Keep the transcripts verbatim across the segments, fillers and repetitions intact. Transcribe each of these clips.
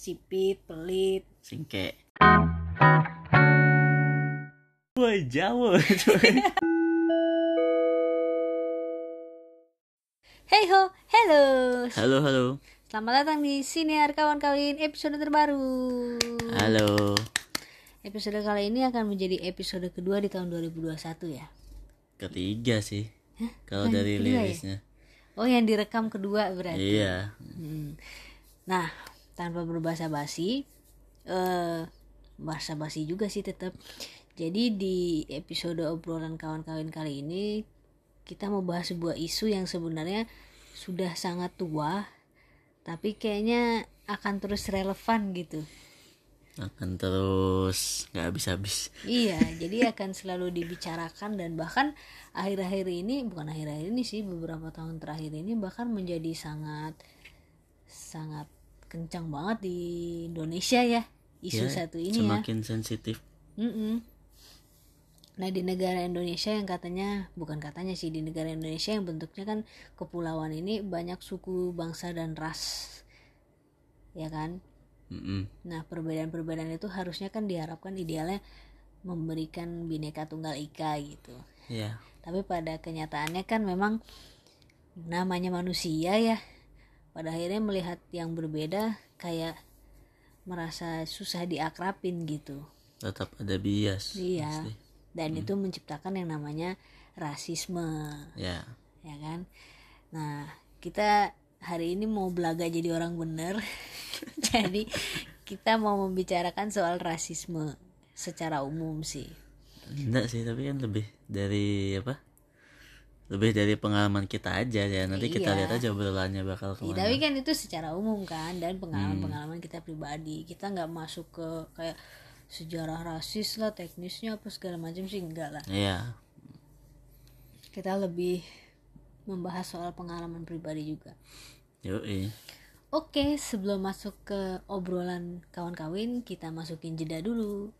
insipid, pelit, singke. Woi, Jawa. Hey ho, hello. Halo, halo. Selamat datang di Siniar Kawan Kawin episode terbaru. Halo. Episode kali ini akan menjadi episode kedua di tahun dua ribu dua puluh satu ya. Ketiga sih. Hah? Kalau Yang dari kedua ya? lirisnya. Oh, yang direkam kedua berarti. Iya. Hmm. Nah, tanpa berbahasa basi, eh bahasa basi juga sih tetap. Jadi di episode obrolan kawan kawin kali ini kita mau bahas sebuah isu yang sebenarnya sudah sangat tua, tapi kayaknya akan terus relevan gitu. Akan terus nggak habis-habis. Iya, jadi akan selalu dibicarakan dan bahkan akhir-akhir ini, bukan akhir-akhir ini sih, beberapa tahun terakhir ini bahkan menjadi sangat sangat kencang banget di Indonesia ya isu Ya, satu ini ya. semakin sensitif. Mm-mm. Nah di negara Indonesia yang katanya, bukan katanya sih, di negara Indonesia yang bentuknya kan kepulauan ini banyak suku, bangsa dan ras, ya kan. Mm-mm. Nah perbedaan-perbedaan itu harusnya kan diharapkan idealnya memberikan Bhinneka Tunggal Ika gitu. Iya. Tapi pada kenyataannya kan memang namanya manusia ya, pada akhirnya melihat yang berbeda kayak merasa susah diakrapin gitu. Tetap ada bias. Iya. Pasti. Dan hmm. itu menciptakan yang namanya rasisme. Ya. Ya kan? Nah, kita hari ini mau belaga jadi orang bener. Jadi kita mau membicarakan soal rasisme secara umum sih. Enggak sih, tapi kan lebih dari apa? Lebih dari pengalaman kita aja ya. Nanti Iya. kita lihat aja obrolannya bakal Iya, kemana. tapi kan itu secara umum kan, dan pengalaman-pengalaman kita pribadi. Kita nggak masuk ke kayak sejarah rasis lah, teknisnya apa segala macam sih, enggak lah. Iya. Kita lebih membahas soal pengalaman pribadi juga. Yoi. Oke, sebelum masuk ke obrolan kawan kawin, kita masukin jeda dulu.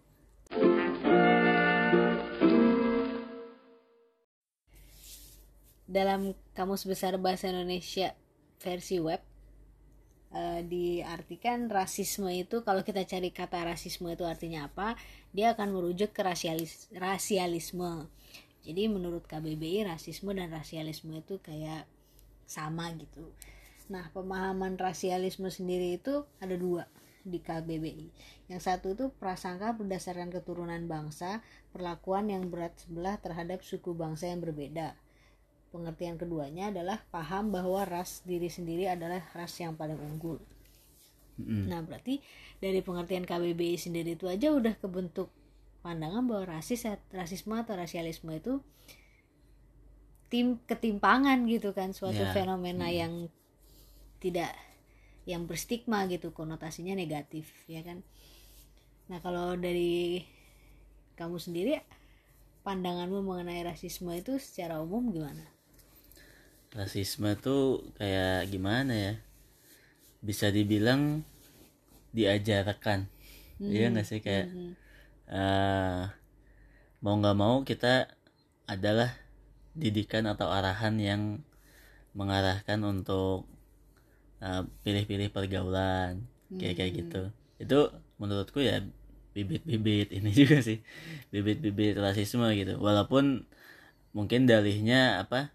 Dalam Kamus Besar Bahasa Indonesia versi web, Uh, diartikan rasisme itu, kalau kita cari kata rasisme itu artinya apa, dia akan merujuk ke rasialis, rasialisme. Jadi menurut K B B I rasisme dan rasialisme itu kayak sama gitu. Nah pemahaman rasialisme sendiri itu ada dua di K B B I. Yang satu itu prasangka berdasarkan keturunan bangsa, perlakuan yang berat sebelah terhadap suku bangsa yang berbeda. Pengertian keduanya adalah paham bahwa ras diri sendiri adalah ras yang paling unggul. Mm. Nah berarti dari pengertian K B B I sendiri itu aja udah kebentuk pandangan bahwa rasis, rasisme atau rasialisme itu tim ketimpangan gitu kan, suatu yeah. fenomena mm. yang tidak, yang berstigma gitu, konotasinya negatif ya kan. Nah kalau dari kamu sendiri, pandanganmu mengenai rasisme itu secara umum gimana? Rasisme tuh kayak gimana ya, bisa dibilang diajarkan, hmm. iya nggak sih, kayak hmm. uh, mau nggak mau kita adalah didikan atau arahan yang mengarahkan untuk uh, pilih-pilih pergaulan kayak hmm. kayak gitu. Itu menurutku ya bibit-bibit ini juga sih, bibit-bibit rasisme gitu. Walaupun mungkin dalihnya apa,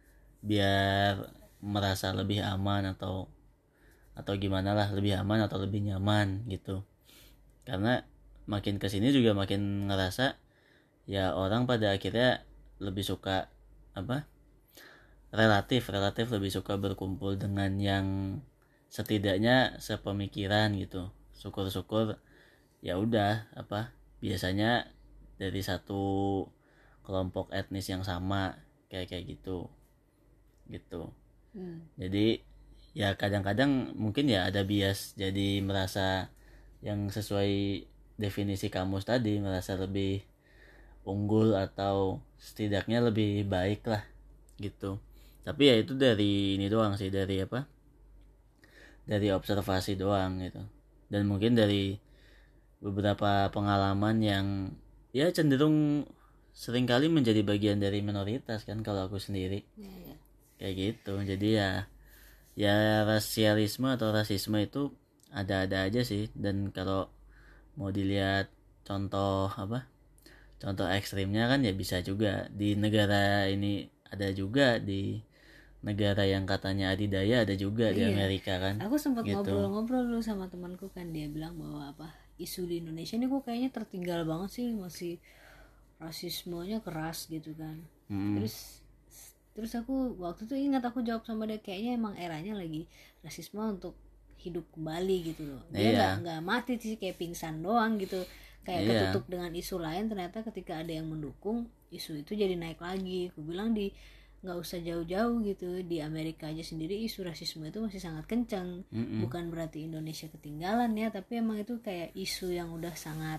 biar merasa lebih aman atau atau gimana lah, lebih aman atau lebih nyaman gitu. Karena makin kesini juga makin ngerasa ya orang pada akhirnya lebih suka apa, relatif relatif lebih suka berkumpul dengan yang setidaknya sepemikiran gitu. Syukur-syukur ya udah apa, biasanya dari satu kelompok etnis yang sama kayak kayak gitu gitu. Hmm. Jadi ya kadang-kadang mungkin ya ada bias, jadi merasa yang sesuai definisi kamus tadi, merasa lebih unggul atau setidaknya lebih baik lah gitu. Tapi ya itu dari ini doang sih, dari apa, dari observasi doang gitu. Dan mungkin dari beberapa pengalaman yang ya cenderung seringkali menjadi bagian dari minoritas kan kalau aku sendiri. Ya, ya. Kayak gitu. Jadi ya ya rasialisme atau rasisme itu ada-ada aja sih. Dan kalau mau dilihat contoh apa contoh ekstrimnya kan ya bisa juga di negara ini, ada juga di negara yang katanya adidaya, ada juga di Iya. Amerika kan. Aku sempat Gitu. ngobrol-ngobrol dulu sama temanku kan, dia bilang bahwa apa isu di Indonesia ini kok kayaknya tertinggal banget sih, masih rasismenya keras gitu kan. Mm-mm. Terus terus aku waktu itu ingat aku jawab sama dia, kayaknya emang eranya lagi rasisme untuk hidup kembali gitu loh. Dia nggak Iya. nggak mati sih, kayak pingsan doang gitu, kayak Iya. ketutup dengan isu lain. Ternyata ketika ada yang mendukung, isu itu jadi naik lagi. Aku bilang di nggak usah jauh-jauh gitu, di Amerika aja sendiri isu rasisme itu masih sangat kencang. Mm-mm. Bukan berarti Indonesia ketinggalan ya, tapi emang itu kayak isu yang udah sangat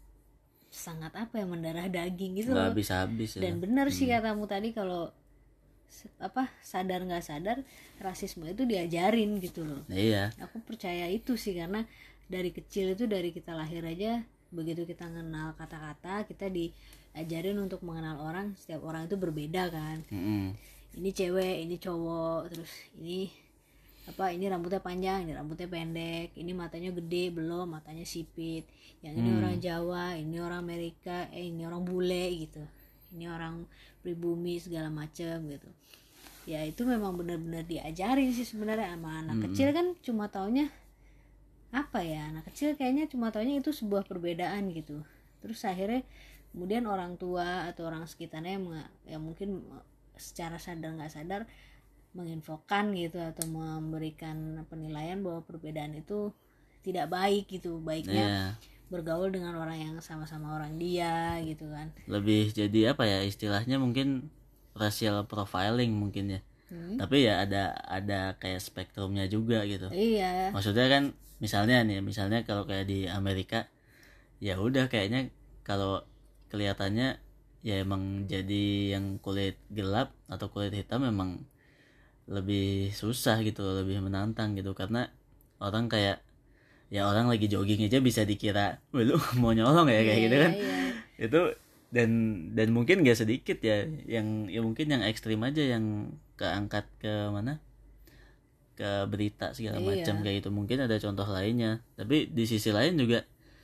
sangat apa ya, mendarah daging gitu nggak loh. habis-habis ya. Dan benar sih katamu tadi, kalau se- apa sadar nggak sadar rasisme itu diajarin gitu loh. Iya. Aku percaya itu sih, karena dari kecil itu, dari kita lahir aja, begitu kita kenal kata-kata, kita diajarin untuk mengenal orang. Setiap orang itu berbeda kan. Mm-mm. Ini cewek, ini cowok, terus ini apa, ini rambutnya panjang, ini rambutnya pendek, ini matanya gede belum, matanya sipit, yang ini Hmm. orang Jawa, ini orang Amerika, eh ini orang bule gitu, ini orang pribumi segala macam gitu. Ya itu memang benar-benar diajarin sih sebenarnya sama anak kecil kan. Cuma taunya apa ya, anak kecil kayaknya cuma taunya itu sebuah perbedaan gitu. Terus akhirnya kemudian orang tua atau orang sekitarnya yang, yang mungkin secara sadar nggak sadar menginfokan gitu, atau memberikan penilaian bahwa perbedaan itu tidak baik gitu. Baiknya Iya. bergaul dengan orang yang sama-sama orang dia gitu kan. Lebih jadi apa ya istilahnya, mungkin racial profiling mungkin ya. Hmm. Tapi ya ada ada kayak spektrumnya juga gitu. Iya. Maksudnya kan misalnya nih, misalnya kalau kayak di Amerika, ya udah kayaknya kalau kelihatannya ya emang jadi yang kulit gelap atau kulit hitam memang lebih susah gitu, lebih menantang gitu, karena orang kayak ya orang lagi jogging aja bisa dikira, wah lu mau nyolong ya, kayak Iya, gitu kan. iya. Itu dan dan mungkin gak sedikit ya yang ya mungkin yang ekstrim aja yang keangkat ke mana, ke berita segala Iya. macam kayak gitu. Mungkin ada contoh lainnya, tapi di sisi lain juga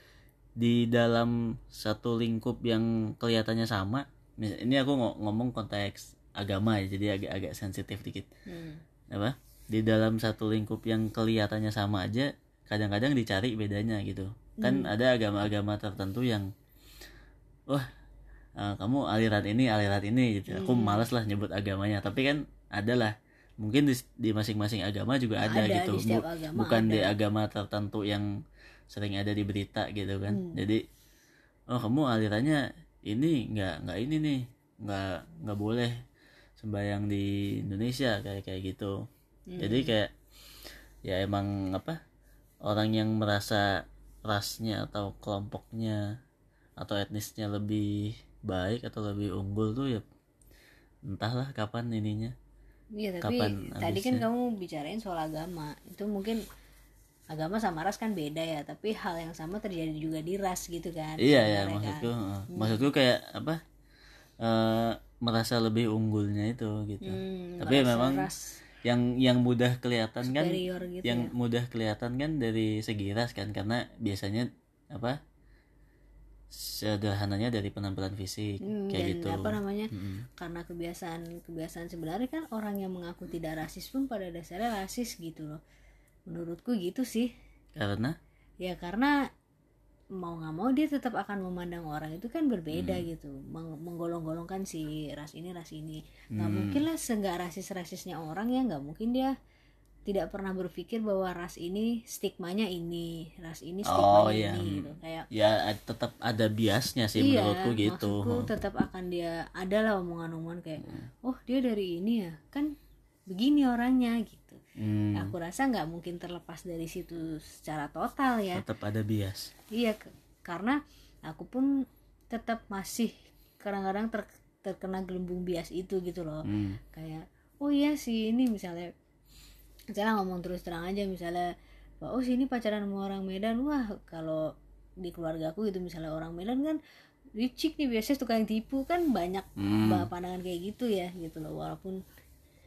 di dalam satu lingkup yang kelihatannya sama, mis- ini aku ngo- ngomong konteks agama ya, jadi agak-agak sensitif dikit. Hmm. Apa di dalam satu lingkup yang kelihatannya sama aja kadang-kadang dicari bedanya gitu kan. Ada agama-agama tertentu yang wah eh, kamu aliran ini aliran ini gitu. Aku malas lah nyebut agamanya, tapi kan adalah mungkin di, di masing-masing agama juga ada, Ada, gitu. di setiap Bu- agama bukan ada. di agama tertentu yang sering ada di berita gitu kan. Jadi oh kamu alirannya ini nggak nggak ini nih, nggak nggak boleh sembahyang di Indonesia kayak kayak gitu. Jadi kayak ya emang apa, orang yang merasa rasnya atau kelompoknya atau etnisnya lebih baik atau lebih unggul tuh ya entahlah kapan ininya. Iya, tapi Kapan tadi kan habisnya? kamu bicarain soal agama. Itu mungkin agama sama ras kan beda ya, tapi hal yang sama terjadi juga di ras gitu kan. Iya ya, sebenarnya maksudku kan. eh, maksudku kayak apa, eh, merasa lebih unggulnya itu gitu. Hmm, Tapi merasa memang ras yang yang mudah kelihatan kan, superior gitu yang ya. mudah kelihatan kan dari segi ras kan, karena biasanya apa sederhananya dari penampilan fisik Hmm, kayak dan gitu. apa namanya, Mm-mm. karena kebiasaan kebiasaan sebenarnya kan orang yang mengaku tidak rasis pun pada dasarnya rasis gitu loh, menurutku gitu sih. Karena Ya karena mau nggak mau dia tetap akan memandang orang itu kan berbeda Hmm. gitu, Meng- menggolong-golongkan si ras ini ras ini. Nggak Hmm. mungkin lah seenggak rasis-rasisnya orang ya, nggak mungkin dia tidak pernah berpikir bahwa ras ini stigmanya ini, ras ini oh stigmanya iya, ini hmm. gitu. Kayak ya ad- tetap ada biasnya sih iya, menurutku gitu. maksudku tetap akan dia adalah omongan-omongan kayak, oh dia dari ini ya, kan begini orangnya gitu. Hmm, Aku rasa nggak mungkin terlepas dari situ secara total ya. tetap ada bias. Iya, ke- karena aku pun tetap masih kadang-kadang ter- terkena gelembung bias itu gitu loh. Hmm. Kayak, oh iya sih ini misalnya, misalnya ngomong terus terang aja misalnya, oh sini pacaran sama orang Medan, wah kalau di keluarga aku gitu misalnya orang Medan kan licik nih, biasanya tukang tipu kan, banyak Hmm. bah- pandangan kayak gitu ya gitu loh. Walaupun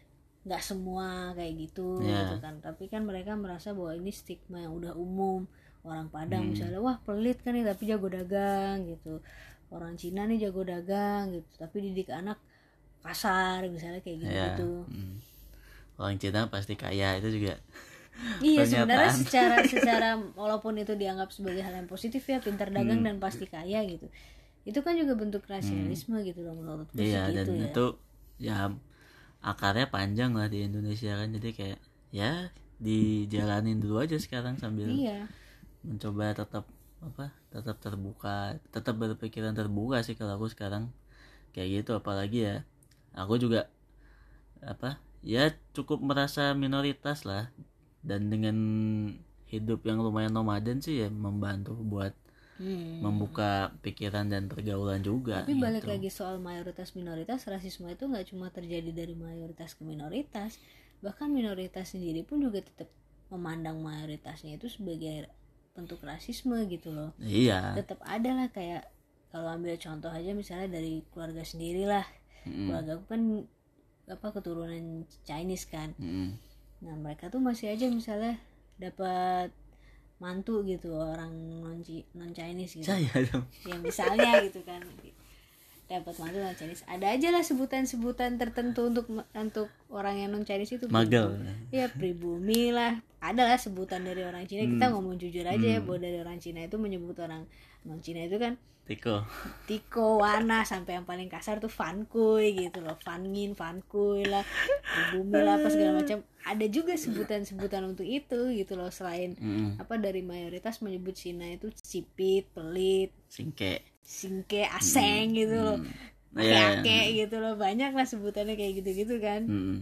nggak semua kayak gitu yeah. gitu kan, tapi kan mereka merasa bahwa ini stigma yang udah umum. Orang Padang hmm. misalnya, wah pelit kan nih tapi jago dagang gitu, orang Cina nih jago dagang gitu tapi didik anak kasar misalnya kayak gitu yeah. gitu. hmm. Orang Cina pasti kaya, itu juga iya sebenarnya pernyataan. secara secara walaupun itu dianggap sebagai hal yang positif ya, pintar dagang Hmm. dan pasti kaya gitu, itu kan juga bentuk rasialisme Hmm. gitu loh menurutku Iya, sih dan gitu ya. itu ya akarnya panjang lah di Indonesia kan, jadi kayak ya dijalanin dulu aja sekarang sambil Iya. mencoba tetap apa tetap terbuka, tetap berpikiran terbuka sih kalau aku sekarang kayak gitu. Apalagi ya aku juga apa ya cukup merasa minoritas lah, dan dengan hidup yang lumayan nomaden sih ya membantu buat hmm. membuka pikiran dan pergaulan juga. Tapi balik gitu. lagi soal mayoritas minoritas, rasisme itu nggak cuma terjadi dari mayoritas ke minoritas, bahkan minoritas sendiri pun juga tetap memandang mayoritasnya itu sebagai bentuk rasisme gitu loh. Iya. Tetap ada lah, kayak kalau ambil contoh aja misalnya dari keluarga sendiri lah. Mm. Keluarga aku kan apa keturunan Chinese kan. Mm. Nah mereka tuh masih aja misalnya dapat mantu gitu orang non non Chinese gitu. Saya dong. Yang misalnya gitu kan dapat mantu non Chinese, ada aja lah sebutan-sebutan tertentu untuk untuk orang yang non Chinese itu. Magel. Ya pribumi lah, adalah sebutan dari orang Cina. hmm. Kita ngomong jujur aja hmm. ya bahwa dari orang Cina itu menyebut orang non Cina itu kan Tiko Tiko, Wana, sampai yang paling kasar tuh Fankuy gitu loh, Fangin, Fankuy lah, pribumi lah apa segala macam. Ada juga sebutan-sebutan untuk itu gitu loh, selain hmm. apa dari mayoritas menyebut Cina itu sipit, pelit, singke singke, aseng hmm. gitu loh, ake-ake yeah. gitu loh, banyak lah sebutannya kayak gitu-gitu kan. hmm.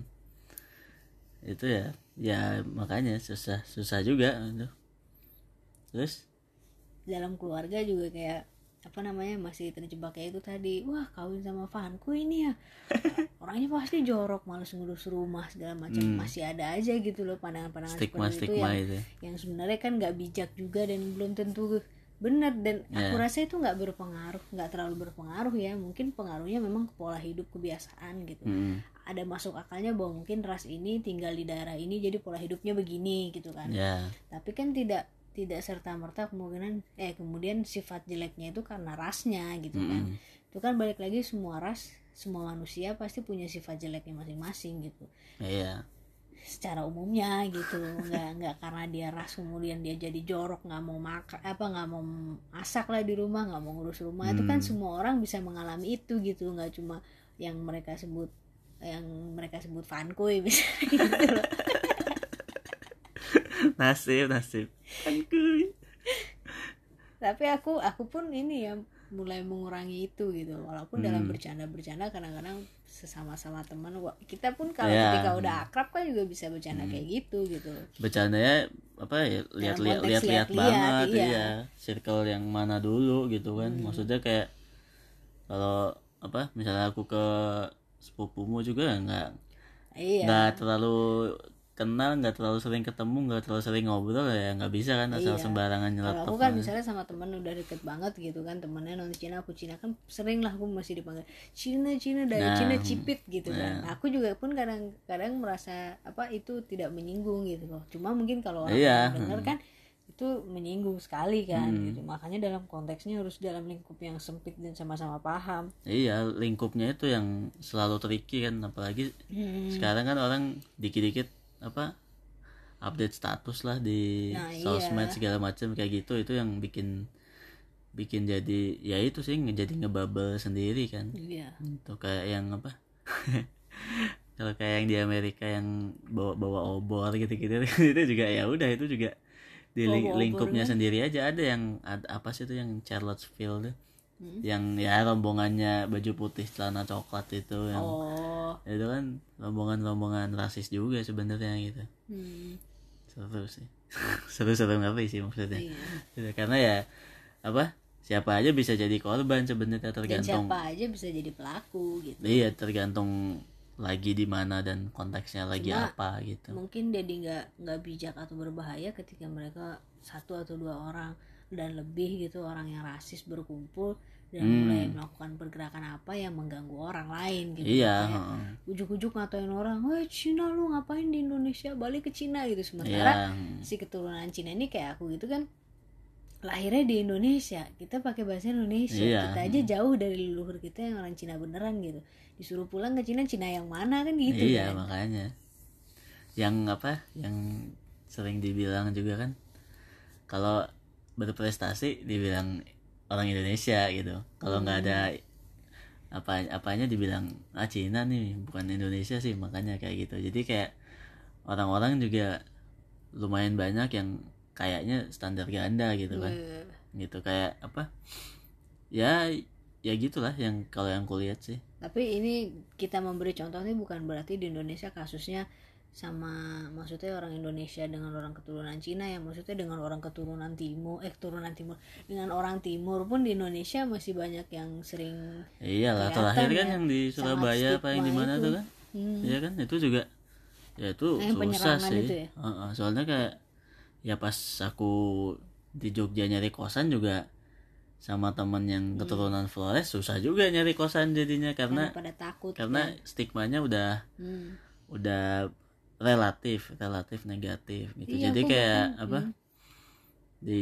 Itu ya ya makanya susah susah juga gitu. Terus dalam keluarga juga kayak apa namanya masih terjebak kayak itu tadi, wah kawin sama Fanku ini ya orangnya pasti jorok, malas ngurus rumah segala macam. hmm. Masih ada aja gitu loh pandangan-pandangan stigma, seperti stigma itu yang, itu yang sebenarnya kan nggak bijak juga dan belum tentu benar. Dan yeah. aku rasa itu nggak berpengaruh, nggak terlalu berpengaruh ya. Mungkin pengaruhnya memang ke pola hidup, kebiasaan gitu. hmm. Ada masuk akalnya bahwa mungkin ras ini tinggal di daerah ini jadi pola hidupnya begini gitu kan. yeah. Tapi kan tidak tidak serta-merta kemungkinan eh kemudian sifat jeleknya itu karena rasnya gitu kan. mm. Itu kan balik lagi, semua ras, semua manusia pasti punya sifat jeleknya masing-masing gitu. Iya. Secara umumnya gitu, nggak nggak karena dia ras kemudian dia jadi jorok, nggak mau makan apa nggak mau masak lah di rumah, nggak mau ngurus rumah. mm. Itu kan semua orang bisa mengalami itu gitu, nggak cuma yang mereka sebut yang mereka sebut fankuy misalnya gitu loh. nasib nasib tapi aku aku pun ini ya mulai mengurangi itu gitu, walaupun hmm. dalam bercanda-bercanda kadang-kadang sesama-sama teman kita pun kalau yeah. ketika udah akrab kan juga bisa bercanda hmm. kayak gitu gitu. Bercandanya apa ya, lihat-lihat lihat-lihat banget iya. ya circle yang mana dulu gitu kan. hmm. Maksudnya kayak kalau apa misalnya aku ke sepupumu juga nggak iya. nggak terlalu kenal, nggak terlalu sering ketemu, nggak terlalu sering ngobrol ya nggak bisa kan asal iya. sembarangan nyeletuk. Kalau aku kan misalnya sama temen udah deket banget gitu kan, temennya non Cina aku Cina kan sering lah aku masih dipanggil Cina Cina dari nah, Cina Cipit gitu nah. kan. Aku juga pun kadang-kadang merasa apa itu tidak menyinggung gitu loh. Cuma mungkin kalau orang iya. dengar kan itu menyinggung sekali kan. hmm. gitu. Makanya dalam konteksnya harus dalam lingkup yang sempit dan sama-sama paham. Iya, lingkupnya itu yang selalu tricky kan, apalagi hmm. sekarang kan orang dikit-dikit apa update status lah di nah, sosmed iya. segala macam kayak gitu, itu yang bikin bikin jadi ya itu sih jadi ngebubble sendiri kan. Iya. Itu kayak yang apa kalau kayak yang di Amerika yang bawa bawa obor gitu-gitu itu juga ya udah itu juga di ling- lingkupnya kan? Sendiri aja. Ada yang ada apa sih itu yang Charlottesville tuh hmm? yang ya rombongannya baju putih celana coklat itu yang oh. itu kan rombongan-rombongan rasis juga sebenarnya gitu. hmm. Seru sih seru-seru ngeri sih maksudnya. iya. Karena ya apa siapa aja bisa jadi korban sebenarnya, tergantung dan siapa aja bisa jadi pelaku gitu. Iya, tergantung lagi di mana dan konteksnya lagi cuma, apa gitu. Mungkin jadi nggak nggak bijak atau berbahaya ketika mereka satu atau dua orang dan lebih gitu orang yang rasis berkumpul dan hmm. mulai melakukan pergerakan apa yang mengganggu orang lain gitu. Iya. Kayak ujuk-ujuk ngatain orang, "Woi Cina, lu ngapain di Indonesia? Balik ke Cina," gitu. Sementara iya. si keturunan Cina ini kayak aku gitu kan, lahirnya di Indonesia, kita pakai bahasa Indonesia, iya. kita aja jauh dari leluhur kita yang orang Cina beneran gitu. Disuruh pulang ke Cina, Cina yang mana kan gitu. Iya kan? Makanya yang apa yang sering dibilang juga kan, kalau berprestasi dibilang orang Indonesia gitu, kalau nggak hmm. ada apa apanya dibilang ah Cina nih, bukan Indonesia sih. Makanya kayak gitu. Jadi kayak orang-orang juga lumayan banyak yang kayaknya standar ganda gitu kan. Yeah. Gitu kayak apa ya ya gitulah yang kalau yang kulihat sih. Tapi ini kita memberi contoh nih bukan berarti di Indonesia kasusnya sama, maksudnya orang Indonesia dengan orang keturunan Cina ya, maksudnya dengan orang keturunan timur eh keturunan timur dengan orang timur pun di Indonesia masih banyak yang sering. Iyalah, terakhir kan ya, yang di Surabaya apa yang di mana tuh kan. Hmm. Iya kan, itu juga ya itu nah, susah sih. Itu ya? uh-uh. Soalnya kayak ya pas aku di Jogja nyari kosan juga sama teman yang keturunan hmm. Flores, susah juga nyari kosan jadinya karena karena pada takut karena ya. Stigmanya udah hmm. udah relatif relatif negatif gitu. Iya, jadi kayak kan. apa hmm. di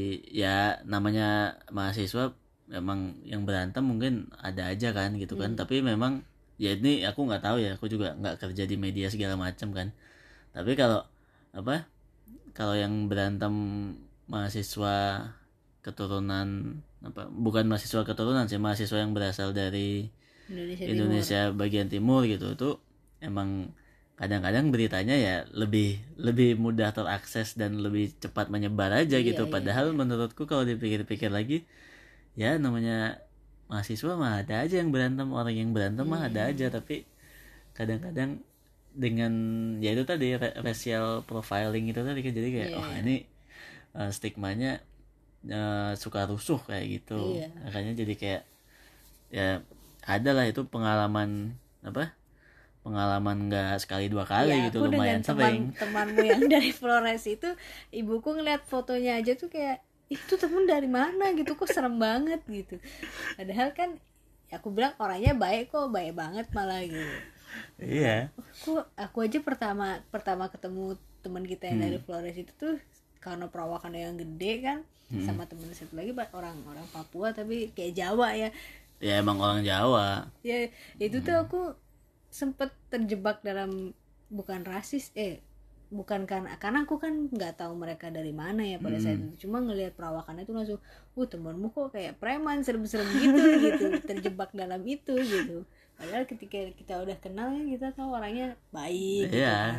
ya namanya mahasiswa memang yang berantem mungkin ada aja kan gitu kan. hmm. Tapi memang ya ini aku nggak tahu ya, aku juga nggak kerja di media segala macam kan. Tapi kalau apa kalau yang berantem mahasiswa keturunan apa bukan mahasiswa keturunan sih, mahasiswa yang berasal dari Indonesia, Indonesia timur. bagian timur gitu, itu emang kadang-kadang beritanya ya lebih lebih mudah terakses dan lebih cepat menyebar aja iya, gitu. Padahal iya. menurutku kalau dipikir-pikir lagi ya namanya mahasiswa mah ada aja yang berantem, orang yang berantem hmm. mah ada aja. Tapi kadang-kadang dengan ya itu tadi racial profiling itu tadi kan, jadi kayak yeah. oh ini uh, stigmanya uh, suka rusuh kayak gitu. yeah. Makanya jadi kayak ya ada lah itu pengalaman apa pengalaman nggak sekali dua kali ya, gitu, lumayan sering. Teman-temanmu yang dari Flores itu, ibuku ngeliat fotonya aja tuh kayak itu temen dari mana gitu, kok serem banget gitu. Padahal kan aku bilang orangnya baik kok, baik banget malah gitu. Iya. Aku aku aja pertama pertama ketemu teman kita yang hmm. dari Flores itu tuh karena perawakannya yang gede kan, hmm. sama temen satu lagi orang orang Papua tapi kayak Jawa ya. Ya emang orang Jawa. Ya itu hmm. tuh aku sempet terjebak dalam bukan rasis eh bukan karena karena aku kan nggak tahu mereka dari mana ya pada hmm. saat itu, cuma ngelihat perawakannya tuh langsung uh temanmu kok kayak preman serem-serem gitu gitu, terjebak dalam itu gitu. Padahal ketika kita udah kenal kan kita tahu orangnya baik gitu yeah.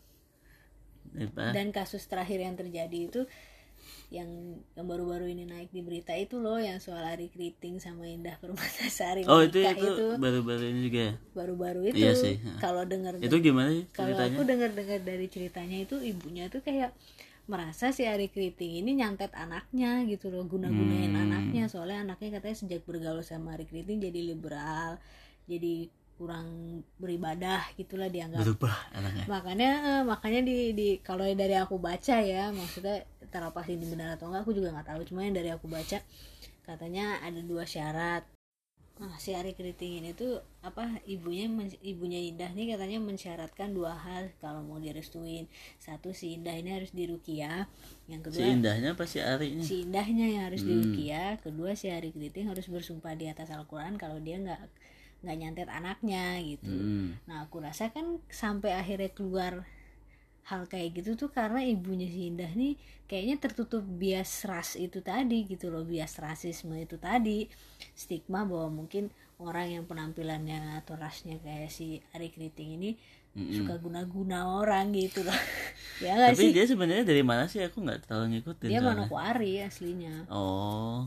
kan. Dan kasus terakhir yang terjadi itu yang yang baru-baru ini naik di berita itu loh, yang soal Arie Kriting sama Indah Permatasari. Oh itu itu, itu baru-baru ini juga ya? Baru-baru itu. Iya sih. Kalau dengar itu gimana sih ceritanya? Kalau aku dengar-dengar dari ceritanya itu ibunya tuh kayak merasa si Arie Kriting ini nyantet anaknya gitu loh, guna-gunain hmm. anaknya. Soalnya anaknya katanya sejak bergaul sama Arie Kriting jadi liberal, jadi kurang beribadah gitulah dianggap. Berubah anaknya. Makanya eh, makanya di di kalau dari aku baca ya, maksudnya terlepas ini benar atau enggak aku juga nggak tahu, cuma yang dari aku baca katanya ada dua syarat. Nah, si Arie Kriting ini tuh apa ibunya ibunya Indah nih katanya mensyaratkan dua hal kalau mau direstuin. Satu, si Indah ini harus diruqyah. Yang kedua, si Indahnya apa si Arinya? Si Indahnya yang harus hmm. diruqyah. Kedua, si Arie Kriting harus bersumpah di atas Al-Quran kalau dia nggak nggak nyantet anaknya gitu. Hmm. Nah aku rasa kan sampai akhirnya keluar hal kayak gitu tuh karena ibunya si Indah nih kayaknya tertutup bias ras itu tadi gitu loh, bias rasisme itu tadi, stigma bahwa mungkin orang yang penampilannya atau rasnya kayak si Arie Kriting ini mm-hmm. suka guna-guna orang gitu loh. Ya nggak sih? Tapi dia sebenarnya dari mana sih, aku nggak terlalu ngikutin. Dia Manokwari aslinya. Oh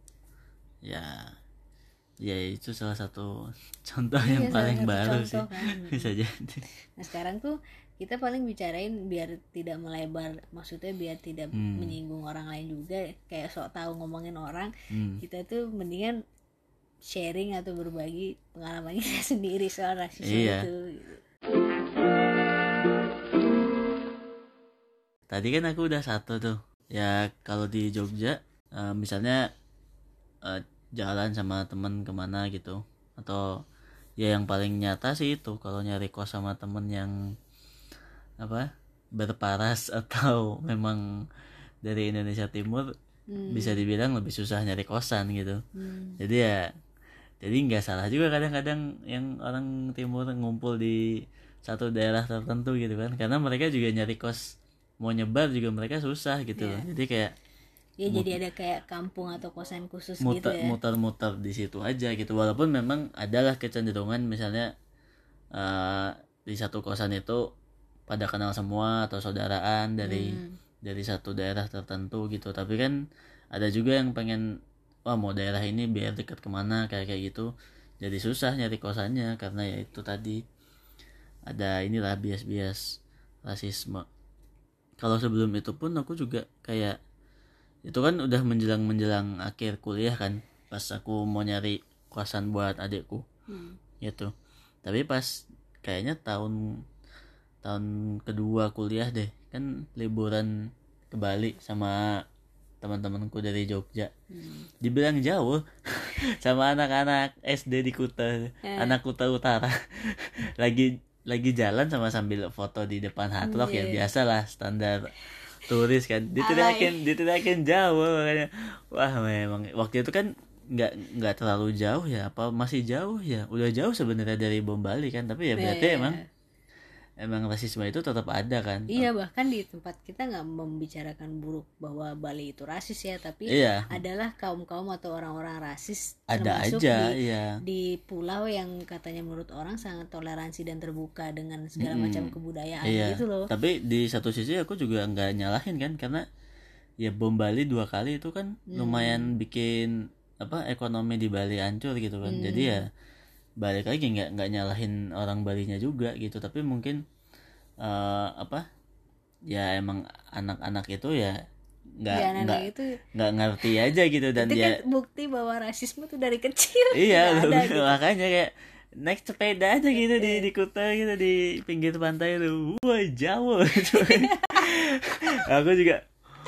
ya. Ya itu salah satu contoh iya, yang paling baru sih kan. Bisa jadi. Nah sekarang tuh kita paling bicarain biar tidak melebar, maksudnya biar tidak hmm. menyinggung orang lain juga, kayak sok tahu ngomongin orang. hmm. Kita tuh mendingan sharing atau berbagi pengalaman kita sendiri soal rasisme iya. itu gitu. Tadi kan aku udah satu tuh ya, kalau di Jogja uh, misalnya uh, jalan sama temen kemana gitu, atau ya yang paling nyata sih itu kalau nyari kos sama temen yang apa berparas atau memang dari Indonesia Timur, hmm. bisa dibilang lebih susah nyari kosan gitu. hmm. Jadi ya jadi nggak salah juga kadang-kadang yang orang timur ngumpul di satu daerah tertentu gitu kan, karena mereka juga nyari kos mau nyebar juga mereka susah gitu. yeah. Jadi kayak ya mut- jadi ada kayak kampung atau kosan khusus muter, gitu ya, muter-muter di situ aja gitu. Walaupun memang adalah kecenderungan misalnya uh, di satu kosan itu pada kenal semua atau saudaraan dari hmm. dari satu daerah tertentu gitu, tapi kan ada juga yang pengen wah mau daerah ini biar dekat kemana kayak kayak gitu, jadi susah nyari kosannya karena ya itu tadi ada inilah bias-bias rasisme. Kalau sebelum itu pun aku juga kayak itu kan udah menjelang menjelang akhir kuliah kan, pas aku mau nyari kosan buat adikku hmm. gitu. Tapi pas kayaknya tahun tahun kedua kuliah deh kan liburan ke Bali sama teman-temanku dari Jogja. hmm. Dibilang jauh sama anak-anak S D di Kuta, eh. anak Kuta Utara lagi lagi jalan sama sambil foto di depan Hard Rock. yeah. Ya biasalah standar turis kan, diteriakin diteriakin jauh makanya wah memang waktu itu kan nggak nggak terlalu jauh ya, apa masih jauh ya, udah jauh sebenarnya dari Bom Bali kan, tapi ya berarti yeah. emang emang rasisme itu tetap ada kan. Iya, bahkan di tempat kita nggak membicarakan buruk bahwa Bali itu rasis ya, tapi iya. adalah kaum-kaum atau orang-orang rasis ada termasuk aja, di, iya. di pulau yang katanya menurut orang sangat toleransi dan terbuka dengan segala hmm. macam kebudayaan iya. gitu loh. Tapi di satu sisi aku juga nggak nyalahin kan, karena ya Bom Bali dua kali itu kan hmm. lumayan bikin apa ekonomi di Bali hancur gitu kan. hmm. Jadi ya balik lagi nggak nggak nyalahin orang Balinya juga gitu, tapi mungkin uh, apa ya emang anak-anak itu ya nggak ya, nggak nggak ngerti aja gitu, dan itu ya kan bukti bahwa rasisme tuh dari kecil. iya ada, gitu. Makanya kayak naik sepeda aja gitu di di Kuta gitu di pinggir pantai tuh, wah jauh. Aku juga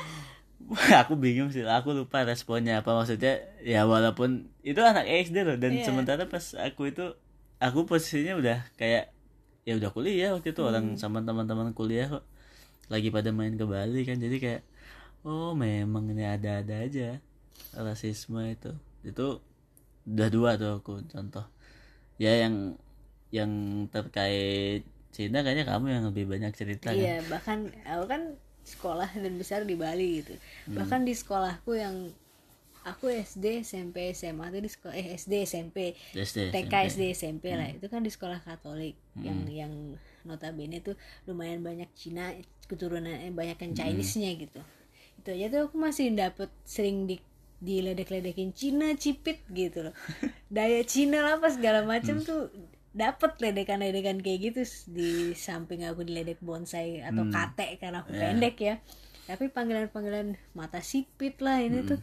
aku bingung sih, aku lupa responnya apa, maksudnya ya walaupun itu anak S D loh, dan yeah. sementara pas aku itu aku posisinya udah kayak ya udah kuliah waktu itu, hmm. orang sama teman-teman kuliah kok lagi pada main ke Bali kan, jadi kayak oh memang ini ada-ada aja rasisme itu. Itu udah dua tuh aku contoh ya, yang yang terkait Cina kayaknya kamu yang lebih banyak cerita. Iya, kan? bahkan aku kan sekolah dan besar di Bali gitu. Hmm. Bahkan di sekolahku yang aku S D, S M P, S M A itu di sekolah eh S D, S M P, S D, T K, S D, S M P hmm. lah. Itu kan di sekolah Katolik hmm. yang yang notabene tuh lumayan banyak Cina, keturunan eh, banyak yang Chinese-nya hmm. gitu. Itu aja tuh aku masih dapet sering di diledek-ledekin Cina cipit gitu loh. Daya Cina lah apa segala macam hmm. tuh dapat ledekan-ledekan kayak gitu. Di samping aku diledek bonsai atau hmm. kate karena aku yeah. pendek ya, tapi panggilan-panggilan mata sipit lah ini hmm. tuh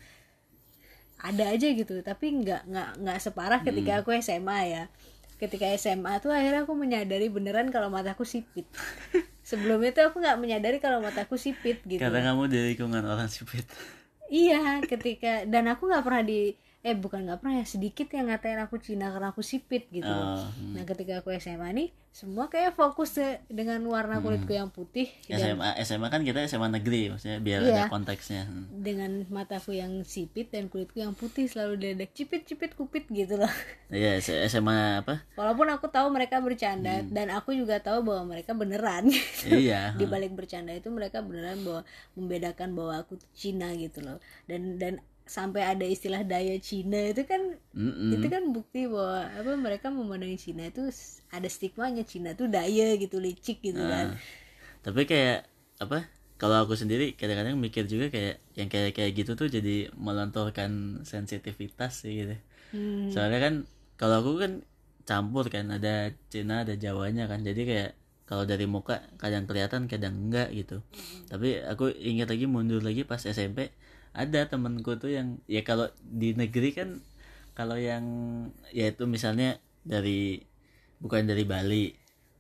ada aja gitu. Tapi nggak nggak nggak separah ketika hmm. aku S M A ya. Ketika S M A tuh akhirnya aku menyadari beneran kalau mataku sipit. Sebelumnya tuh aku nggak menyadari kalau mataku sipit gitu. Karena kamu dari lingkungan orang sipit. Iya, ketika dan aku nggak pernah di eh bukan nggak pernah ya, sedikit yang ngatain aku Cina karena aku sipit gitu. Oh, hmm. Nah ketika aku S M A nih semua kayak fokus de- dengan warna kulitku hmm. yang putih. S M A dan, S M A kan kita S M A negeri maksudnya biar iya, ada konteksnya. Hmm. Dengan mataku yang sipit dan kulitku yang putih selalu dedek cipit-cipit kupit gitu loh. Iya, S M A apa? Walaupun aku tahu mereka bercanda hmm. dan aku juga tahu bahwa mereka beneran. Gitu. Iya. Di balik bercanda itu mereka beneran bahwa membedakan bahwa aku Cina gitu loh. Dan dan sampai ada istilah daya Cina itu kan Mm-mm. itu kan bukti bahwa apa mereka memandangi Cina itu ada stigmanya, Cina tuh daya gitu, licik gitu nah, kan. Tapi kayak apa kalau aku sendiri kadang-kadang mikir juga kayak yang kayak kayak gitu tuh jadi melontorkan sensitivitas sih gitu. Hmm. Soalnya kan kalau aku kan campur kan, ada Cina ada Jawanya kan, jadi kayak kalau dari muka kadang kelihatan kadang enggak gitu. Hmm. Tapi aku ingat lagi mundur lagi pas S M P ada temanku tuh yang ya kalau di negeri kan kalau yang ya itu misalnya dari bukan dari Bali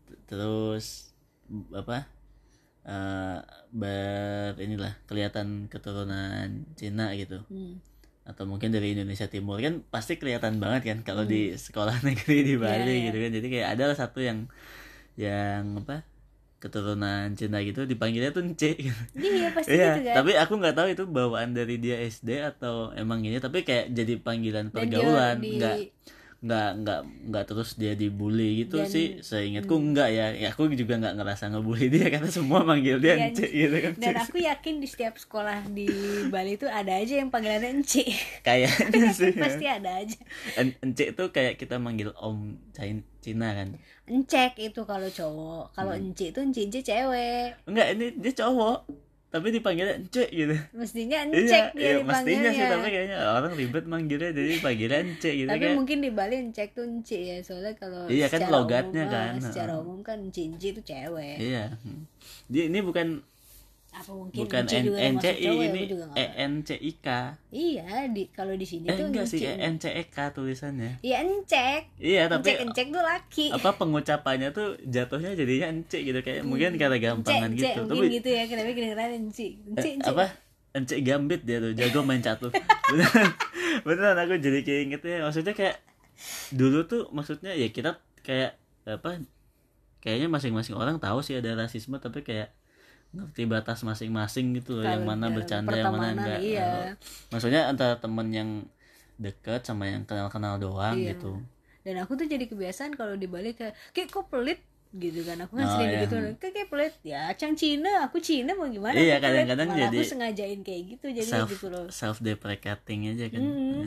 terus apa uh, ber inilah kelihatan keturunan Cina gitu. Hmm. atau mungkin dari Indonesia Timur kan pasti kelihatan banget kan kalau hmm. di sekolah negeri di Bali yeah, gitu kan. Jadi kayak ada satu yang yang apa keturunan Cina gitu dipanggilnya tuh Ence gitu. Iya pasti yeah, gitu kan. Tapi aku nggak tahu itu bawaan dari dia S D atau emang ini, tapi kayak jadi panggilan pergaulan, di... nggak nggak nggak nggak terus dia dibully gitu. Dan, sih seingatku hmm. enggak ya. Ya aku juga nggak ngerasa ngebully dia karena semua manggil dia ya, Ence gitu kan. Dan aku yakin di setiap sekolah di Bali itu ada aja yang panggilannya Ence. Kayaknya sih. Pasti ada aja. Ence itu kayak kita manggil Om Cina kan. Encek itu kalau cowok, kalau hmm. Ence itu Ence cewek. Enggak, ini dia cowok tapi dipanggilnya Ence gitu. Mestinya Encek iya, dia iya, mestinya sih, dipanggilnya. tapi kayaknya orang ribet manggilnya jadi panggilan Ence gitu. Tapi kayak... mungkin di Bali Encek tuh Ence ya, soalnya kalau iya, kan logatnya umum, kan. Secara umum kan Ence itu cewek. Iya. Dia ini bukan apa mungkin bukan N C I ini E N C I K. Iya, di kalau di sini eh, tuh enggak sih E N C E K tulisannya. Iya, Encek. Iya, tapi Encek tuh laki. Apa pengucapannya tuh jatuhnya jadinya Encek gitu kayak hmm. mungkin karena gampangan Ence, gitu. Ence, Tapi mungkin gitu ya, kenapa kedengeran Encek. Encek eh, apa? Encek Gambit dia tuh, jago main catur. Beneran, beneran aku jadi kayak inget ya. Maksudnya kayak dulu tuh maksudnya ya kita kayak apa? Kayaknya masing-masing orang tahu sih ada rasisme, tapi kayak ngerti batas masing-masing gitu loh, yang mana bercanda yang mana enggak. Iya. Maksudnya antara temen yang deket sama yang kenal-kenal doang iya. gitu. Dan aku tuh jadi kebiasaan kalau di Bali kayak kayak kok pelit gitu kan. Aku kan oh, sering iya. gitu kayak kayak pelit. Ya, Cang Cina, aku Cina mau gimana? Iya, kadang-kadang jadi aku sengajain kayak gitu jadi self, gitu loh. Self deprecating aja kan. Mm-hmm.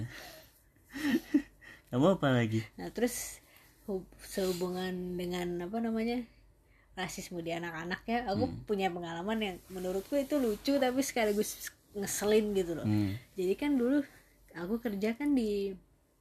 Kamu apa lagi? Nah, terus hub, sehubungan dengan apa namanya? Rasisme di anak-anak ya, aku hmm. punya pengalaman yang menurutku itu lucu tapi sekaligus ngeselin gitu loh. Hmm. Jadi kan dulu aku kerja kan di,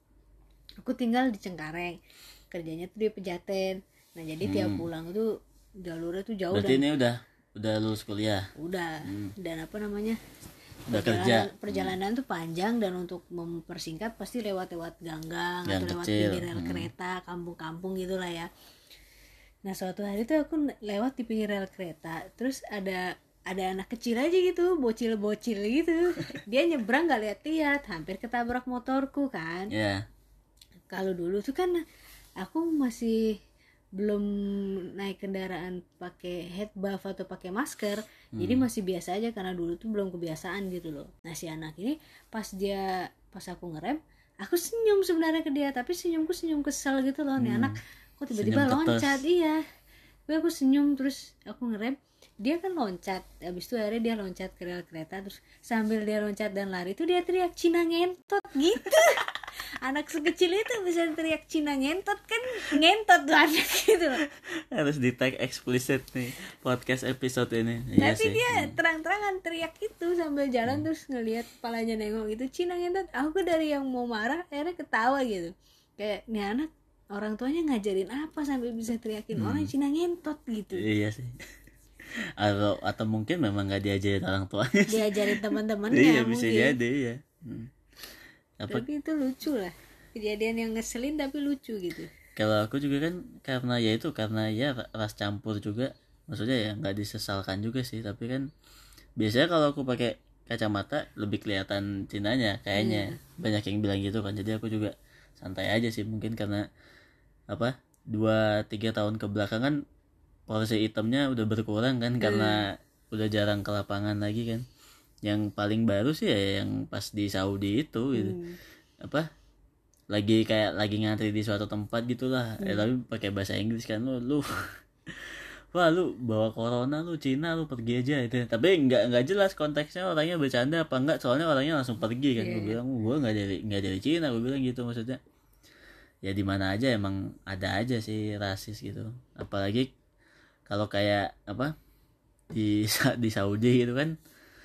aku tinggal di Cengkareng, kerjanya tuh di Pejaten. Nah jadi hmm. tiap pulang tuh jalurnya tuh jauh. Berarti dan, ini udah udah lulus kuliah? Udah. Hmm. Dan apa namanya? Udah perjalanan, kerja. Perjalanan hmm. tuh panjang dan untuk mempersingkat pasti lewat-lewat ganggang yang atau lewat kecil. pinggir rel hmm. kereta, kampung-kampung gitulah ya. Nah suatu hari tuh aku lewat di pinggir rel kereta, terus ada ada anak kecil aja gitu, bocil-bocil gitu, dia nyebrang nggak lihat-lihat, hampir ketabrak motorku kan. Yeah. Kalau dulu tuh kan aku masih belum naik kendaraan pakai head buff atau pakai masker, hmm. jadi masih biasa aja karena dulu tuh belum kebiasaan gitu loh. Nah si anak ini pas dia pas aku ngerem, aku senyum sebenarnya ke dia, tapi senyumku senyum kesel gitu loh, hmm. nih anak kok tiba-tiba loncat. Iya, gue aku senyum terus aku ngerem, dia kan loncat, habis itu akhirnya dia loncat ke rel kereta, terus sambil dia loncat dan lari tuh dia teriak Cina ngentot gitu. Anak sekecil itu bisa teriak Cina ngentot kan, ngentot tuh anak gitu. Harus di tag eksplisit nih podcast episode ini. Tapi iya dia hmm. terang-terangan teriak itu sambil jalan hmm. terus ngelihat kepalanya nengok gitu Cina ngentot. Aku dari yang mau marah akhirnya ketawa gitu, kayak nih anak orang tuanya ngajarin apa sampai bisa teriakin hmm. orang Cina ngentot gitu. Iya sih. Atau atau mungkin memang nggak diajarin orang tuanya. Diajarin teman-temannya. Iya mungkin. Bisa jadi ya. Hmm. Apa? Tapi itu lucu lah. Kejadian yang ngeselin tapi lucu gitu. Kalau aku juga kan karena ya itu karena ya ras campur juga. Maksudnya ya nggak disesalkan juga sih. Tapi kan biasanya kalau aku pakai kacamata lebih kelihatan Cinanya kayaknya. Hmm. Banyak yang bilang gitu kan. Jadi aku juga santai aja sih, mungkin karena apa dua tiga tahun kebelakangan porsi hitamnya udah berkurang kan, hmm. karena udah jarang ke lapangan lagi kan. Yang paling baru sih ya yang pas di Saudi itu gitu. Hmm. Apa lagi kayak lagi ngantri di suatu tempat gitulah, hmm. eh, tapi pakai bahasa Inggris kan, lu lu wah lu bawa corona lu Cina lu pergi aja itu. Tapi nggak nggak jelas konteksnya orangnya bercanda apa enggak, soalnya orangnya langsung pergi kan. Yeah. Gue bilang gue nggak dari nggak dari Cina, gue bilang gitu. Maksudnya ya di mana aja emang ada aja sih rasis gitu, apalagi kalau kayak apa di di Saudi gitu kan,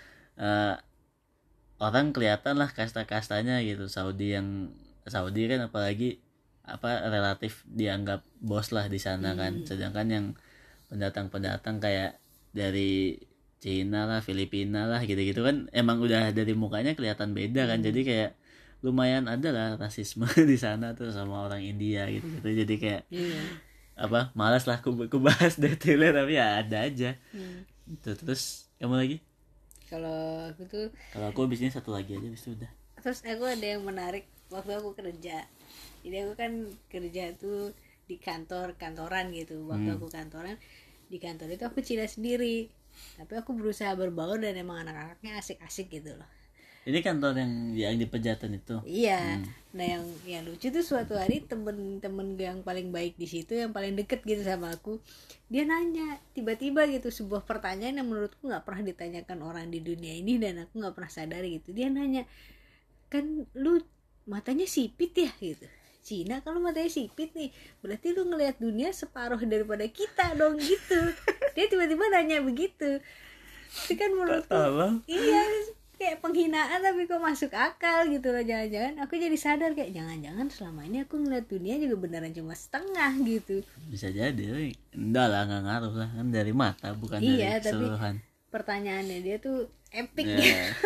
uh, orang kelihatan lah kasta-kastanya gitu. Saudi yang Saudi kan apalagi apa relatif dianggap bos lah di sana kan, hmm. sedangkan yang pendatang-pendatang kayak dari Cina lah, Filipina lah gitu-gitu kan emang udah dari mukanya kelihatan beda kan. hmm. Jadi kayak lumayan ada lah rasisme di sana tuh sama orang India gitu gitu. Jadi kayak yeah. apa malas lah aku, aku bahas detailnya, tapi ya ada aja. hmm. Itu terus kamu lagi? Kalau aku tuh kalau aku bisnis satu lagi aja bis udah. terus aku ada yang menarik waktu aku kerja. Jadi aku kan kerja tuh di kantor kantoran gitu. Waktu Hmm. aku kantoran di kantor itu aku Cina sendiri, tapi aku berusaha berbaur dan emang anak-anaknya asik-asik gitu loh. Ini kantor yang yang di Pejaten itu. Iya. Nah yang yang lucu tuh suatu hari temen-temen yang paling baik di situ, yang paling deket gitu sama aku, dia nanya tiba-tiba gitu sebuah pertanyaan yang menurutku nggak pernah ditanyakan orang di dunia ini dan aku nggak pernah sadari gitu. Dia nanya, kan lu matanya sipit ya gitu. Cina kalau matanya sipit nih, berarti lu ngelihat dunia separuh daripada kita dong gitu. Dia tiba-tiba nanya begitu. Itu kan menurutku Apa? iya kayak penghinaan tapi kok masuk akal gitu loh. Jangan-jangan aku jadi sadar kayak jangan-jangan selama ini aku ngeliat dunia juga beneran cuma setengah gitu. Bisa jadi, tapi enggak lah, nggak ngaruh lah, kan dari mata bukan Iya, dari tapi keseluruhan. pertanyaannya dia tuh epic Ya. gitu.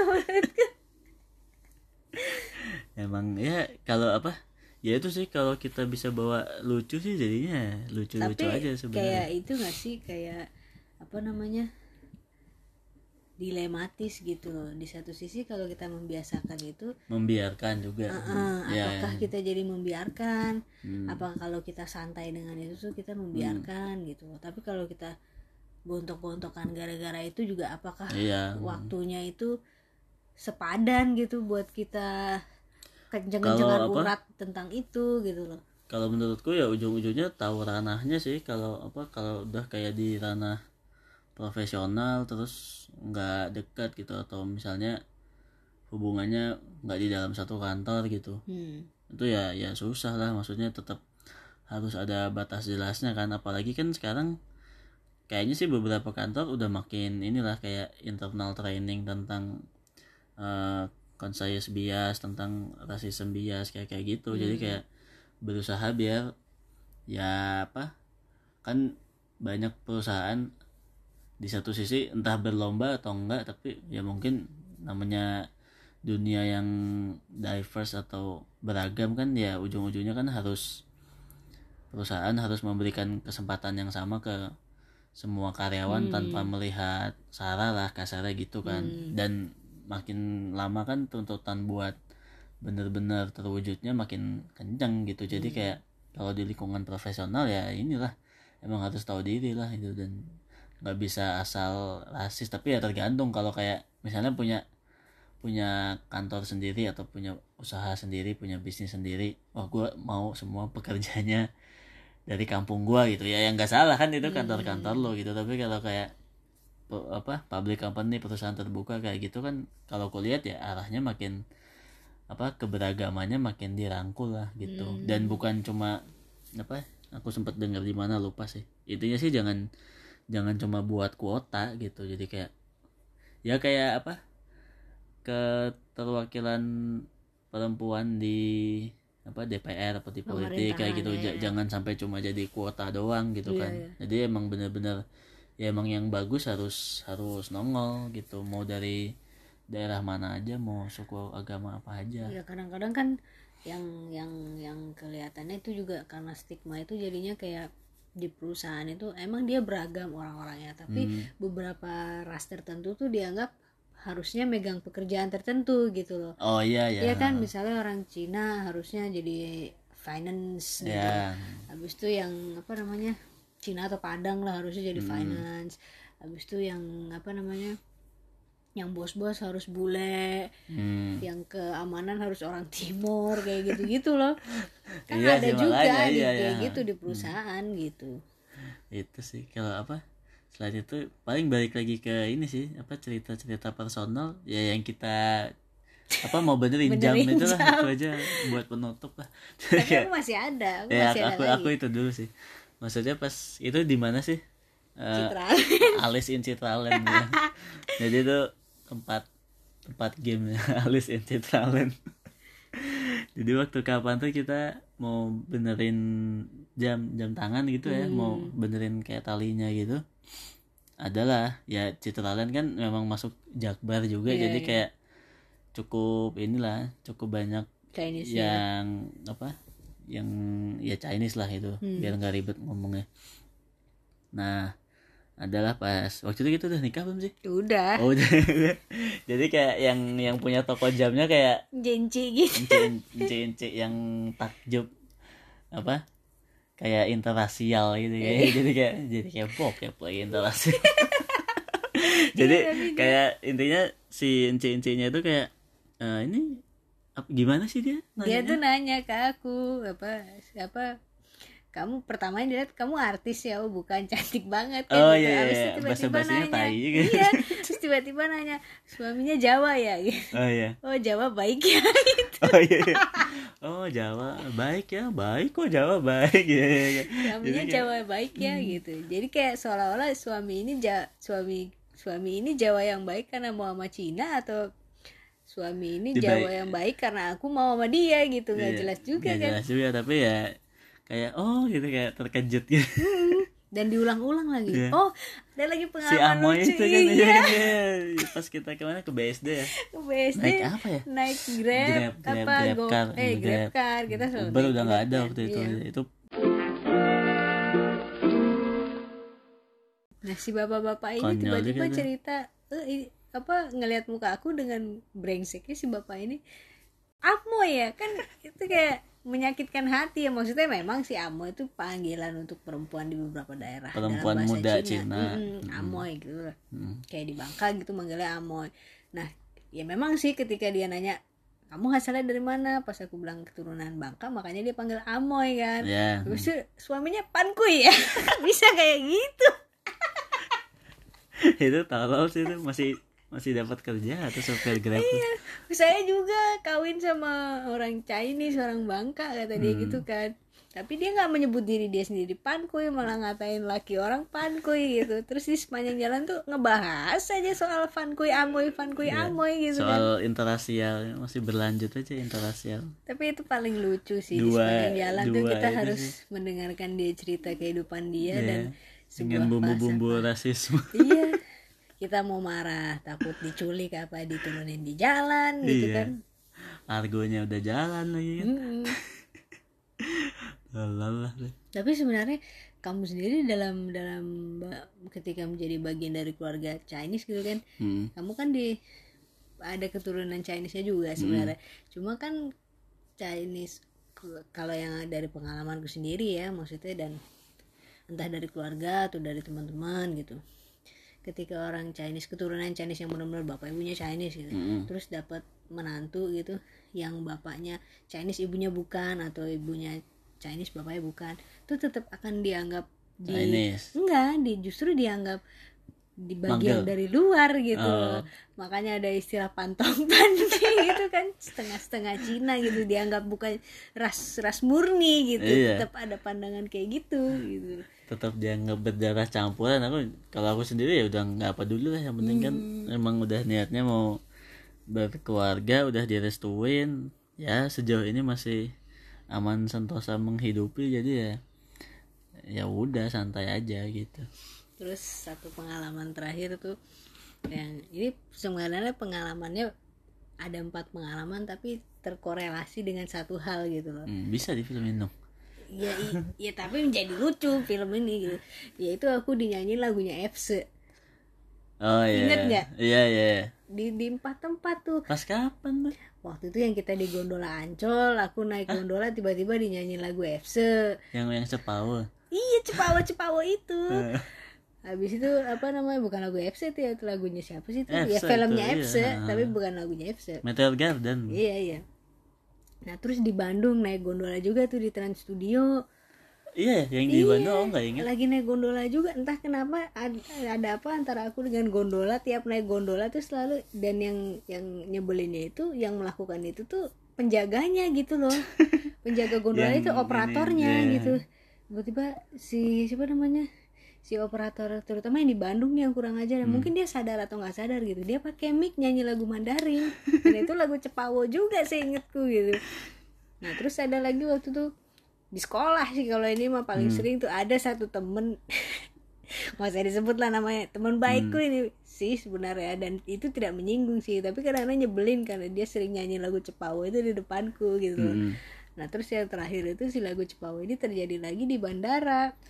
Emang ya kalau apa? Ya itu sih, kalau kita bisa bawa lucu sih jadinya lucu-lucu Tapi aja kayak sebenarnya. itu nggak sih, kayak apa namanya, dilematis gitu loh. Di satu sisi kalau kita membiasakan itu, Membiarkan juga. uh, Ya, apakah ya. kita jadi membiarkan? Hmm. Apakah kalau kita santai dengan itu tuh kita membiarkan gitu loh. Tapi kalau kita gontok-gontokan gara-gara itu juga, apakah Iya. waktunya itu sepadan gitu buat kita kenceng-kencengan Kalau apa? urat tentang itu gitu loh. Kalau menurutku ya ujung-ujungnya tahu ranahnya sih. Kalau apa, kalau udah kayak di ranah profesional terus nggak dekat gitu, atau misalnya hubungannya nggak di dalam satu kantor gitu, Hmm. itu ya ya susah lah. Maksudnya tetap harus ada batas jelasnya kan. Apalagi kan sekarang kayaknya sih beberapa kantor udah makin inilah, kayak internal training tentang uh, conscious bias, tentang rasisme bias, kayak kayak gitu. Jadi kayak berusaha biar ya apa, kan banyak perusahaan di satu sisi entah berlomba atau enggak, tapi ya mungkin namanya dunia yang diverse atau beragam kan, ya ujung-ujungnya kan harus perusahaan harus memberikan kesempatan yang sama ke semua karyawan Hmm. tanpa melihat sara lah, kasarnya gitu kan. Hmm. Dan makin lama kan tuntutan buat bener-bener terwujudnya makin kencang gitu. Jadi Hmm. kayak kalau di lingkungan profesional ya inilah, emang harus tahu diri lah itu, dan nggak bisa asal rasis. Tapi ya tergantung, kalau kayak misalnya punya punya kantor sendiri atau punya usaha sendiri, punya bisnis sendiri, wah gue mau semua pekerjanya dari kampung gua gitu ya, yang nggak salah kan, itu kantor-kantor lo gitu. Tapi kalau kayak pe- apa public company, perusahaan terbuka kayak gitu kan, kalau kulihat ya arahnya makin apa, keberagamannya makin dirangkul lah gitu. Hmm. Dan bukan cuma apa, aku sempat dengar di mana lupa sih, intinya sih jangan jangan cuma buat kuota gitu. Jadi kayak ya kayak apa, keterwakilan perempuan di apa D P R atau di politik kayak gitu, Pemerintahan, J- ya. jangan sampai cuma jadi kuota doang gitu Iya, kan. iya. Jadi emang bener-bener ya emang yang bagus harus harus nongol gitu, mau dari daerah mana aja, mau suku agama apa aja. Ya kadang-kadang kan yang yang yang kelihatannya itu juga karena stigma itu jadinya kayak di perusahaan itu emang dia beragam orang-orangnya, tapi Hmm. beberapa ras tertentu tuh dianggap harusnya megang pekerjaan tertentu gitu loh. Oh iya ya. Iya kan, misalnya orang Cina harusnya jadi finance gitu. Ya. Habis itu yang apa namanya, Cina atau Padang lah harusnya jadi finance. Habis itu yang apa namanya, yang bos-bos harus bule, Hmm. yang keamanan harus orang timur kayak gitu-gitu loh. Kan Iya ada sih, juga makanya, di iya, kayak iya. gitu di perusahaan gitu. Itu sih kalau apa, selain itu paling balik lagi ke ini sih, apa, cerita-cerita personal ya yang kita apa mau benerin jam Benerin itu lah, jam. itu aja buat penutup lah. Tapi aku masih ada, aku ya masih aku ada aku lagi. itu dulu sih, maksudnya pas itu di mana sih, Eh, Citra. Alice in Citraland ya. Jadi itu tempat tempat game Alice in Citraland. Jadi waktu kapan tuh kita mau benerin jam jam tangan gitu ya, Hmm. mau benerin kayak talinya gitu, adalah ya Citraland kan memang masuk Jakbar juga. Iya, jadi iya. kayak cukup inilah, cukup banyak Chinese ya. yang apa, yang ya Chinese lah itu, Hmm. biar nggak ribet ngomongnya. Nah adalah pas waktu itu kita udah nikah belum sih? Udah. Oh udah. Jadi kayak yang yang punya toko jamnya kayak Jenci gitu. Ence-ence yang takjub apa? Kayak interrasial gitu ya. Jadi kayak jadi kayak bokep lagi interrasial. Jadi kayak intinya si ence-encenya itu kayak uh, ini apa, gimana sih dia? Dia nanyanya? tuh nanya ke aku apa siapa kamu pertamanya dilihat kamu artis ya, oh bukan, cantik banget kan. Oh gitu. iya, Abis iya. itu tiba-tiba Bahasa-bahasanya nanya, tai gitu. iya, terus tiba-tiba nanya suaminya Jawa ya gitu. Oh iya. Oh Jawa baik ya gitu. Oh iya. Oh Jawa baik ya, baik kok Jawa baik ya. Suaminya Jawa baik ya Hmm. gitu. Jadi kayak seolah-olah suami ini ja, suami suami ini Jawa yang baik karena mau sama Cina, atau suami ini Di Jawa baik- yang baik karena aku mau sama dia gitu. Nggak Iya, jelas juga nggak kan. jelas juga, tapi ya kayak oh gitu, kayak terkejut gitu. Dan diulang-ulang lagi. Iya. Oh, ada lagi Si pengalaman Amoy lucu. itu kan Iya. iya. Pas kita kemana ke B S D ya. Ke B S D Naik apa ya? naik Grab, Grab, Grab, apa Grab Go, car, eh Grab. Grab car kita selalu Uber naik udah nggak Grab ada car. waktu itu. Iya. Itu Nah si bapak-bapak ini Konyol tiba-tiba juga tuh. cerita eh, ini, apa ngelihat muka aku dengan brengseknya si bapak ini, Amoy ya kan, itu kayak menyakitkan hati ya. Maksudnya memang si Amoy itu panggilan untuk perempuan di beberapa daerah Perempuan dalam bahasa muda Cina, Cina. Mm-mm, Mm-mm. Amoy gitu lah. Hmm. Kayak di Bangka gitu manggilnya Amoy. Nah ya memang sih ketika dia nanya kamu asalnya dari mana, pas aku bilang keturunan Bangka, makanya dia panggil Amoy kan. Ya. Terus suaminya Pankuy ya. Bisa kayak gitu. Itu tolol sih, itu masih masih dapat kerja atau sopir Grab. Iya, saya juga kawin sama orang Chinese, orang Bangka kata dia Hmm. gitu kan. Tapi dia nggak menyebut diri dia sendiri Pankuy, malah ngatain laki orang Pankuy gitu. Terus di sepanjang jalan tuh ngebahas aja soal Pankuy Amoy, Pankuy Iya. Amoy gitu kan. Soal interrasial masih berlanjut aja interrasial. Tapi itu paling lucu sih di Dua- sepanjang jalan tuh dua kita itu harus sih. mendengarkan dia cerita kehidupan dia Iya. dan Dengan sebuah bumbu-bumbu bahasa- rasisme. Iya, kita mau marah takut diculik apa diturunin di jalan gitu Iya. kan. Argonya udah jalan lagi kan. Mm-mm. Alah deh. Tapi sebenarnya kamu sendiri dalam dalam ba- ketika menjadi bagian dari keluarga Chinese gitu kan, Hmm. kamu kan di ada keturunan Chinese-nya juga sebenarnya. Cuma kan Chinese ke- kalau yang dari pengalamanku sendiri ya maksudnya, dan entah dari keluarga atau dari teman-teman gitu. Ketika orang Chinese, keturunan Chinese yang benar-benar bapak ibunya Chinese gitu, Mm-mm. terus dapat menantu gitu yang bapaknya Chinese ibunya bukan, atau ibunya Chinese bapaknya bukan, itu tetap akan dianggap di Chinese. enggak di justru dianggap di bagian Manggil. dari luar gitu. Oh. Makanya ada istilah pantong panci gitu kan, setengah-setengah Cina gitu, dianggap bukan ras ras murni gitu. Iya. Tetap ada pandangan kayak gitu gitu. Tetap dianggap berdarah campuran. Aku kalau aku sendiri ya udah nggak apa dulu lah, yang penting kan emang udah niatnya mau berkeluarga, udah direstuin ya, sejauh ini masih aman sentosa menghidupi, jadi ya ya udah santai aja gitu. Terus satu pengalaman terakhir tuh yang ini sebenarnya pengalamannya ada empat pengalaman tapi terkorelasi dengan satu hal gitu loh. Hmm, bisa di filmin dong. Ya, i- ya tapi menjadi lucu film ini gitu. Yaitu aku dinyanyiin lagunya Epse Oh iya. Ingat nggak? Iya iya. di di empat tempat tuh. Pas kapan tuh? Waktu itu yang kita di gondola Ancol, aku naik gondola tiba-tiba dinyanyiin lagu Epse. Yang yang Cepawa. Iya, Cepawo-Cepawo itu. Habis itu apa namanya, bukan lagu Epse tuh ya, itu lagunya siapa sih itu? Ya Epse filmnya itu, Epse, iya. tapi bukan lagunya Epse. Meteor Garden. Iya iya. Nah terus di Bandung naik gondola juga tuh di Trans Studio. Iya, yang di Bandung nggak ingat. Lagi naik gondola juga, entah kenapa ada, ada apa antara aku dengan gondola. Tiap naik gondola tuh selalu, dan yang yang nyebelinnya itu yang melakukan itu tuh penjaganya gitu loh. Penjaga gondola Yang itu operatornya ini, iya. gitu. Tiba-tiba si siapa namanya, si operator terutama yang di Bandung nih yang kurang ajar, Hmm. mungkin dia sadar atau nggak sadar gitu, dia pakai mic nyanyi lagu Mandarin. Dan itu lagu Cepawo juga seingetku gitu. Nah terus ada lagi waktu tuh di sekolah sih, kalau ini mah paling Hmm. sering tuh ada satu temen nggak usah disebut lah namanya, teman baikku Hmm. ini sih sebenarnya, dan itu tidak menyinggung sih, tapi kadang-kadang nyebelin karena dia sering nyanyi lagu Cepawo itu di depanku gitu. Hmm. Nah terus yang terakhir itu si lagu Cepawo ini terjadi lagi di bandara.